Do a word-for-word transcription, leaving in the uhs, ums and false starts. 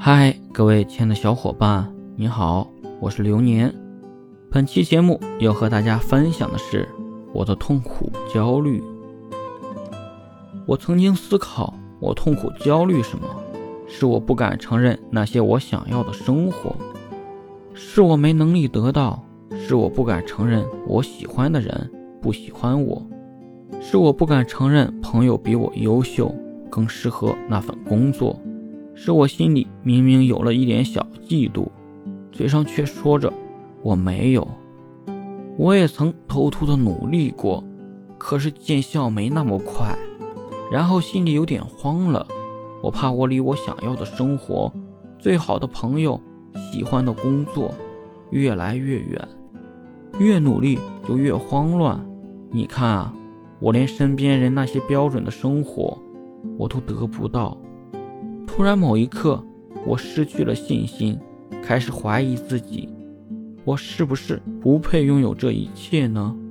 嗨，各位亲爱的小伙伴，你好，我是流年。本期节目要和大家分享的是我的痛苦焦虑。我曾经思考，我痛苦焦虑什么？是我不敢承认那些我想要的生活，是我没能力得到，是我不敢承认我喜欢的人不喜欢我，是我不敢承认朋友比我优秀，更适合那份工作，是我心里明明有了一点小嫉妒，嘴上却说着我没有。我也曾偷偷的努力过，可是见效没那么快，然后心里有点慌了，我怕我离我想要的生活、最好的朋友、喜欢的工作越来越远，越努力就越慌乱。你看啊，我连身边人那些标准的生活我都得不到。突然某一刻，我失去了信心，开始怀疑自己，我是不是不配拥有这一切呢？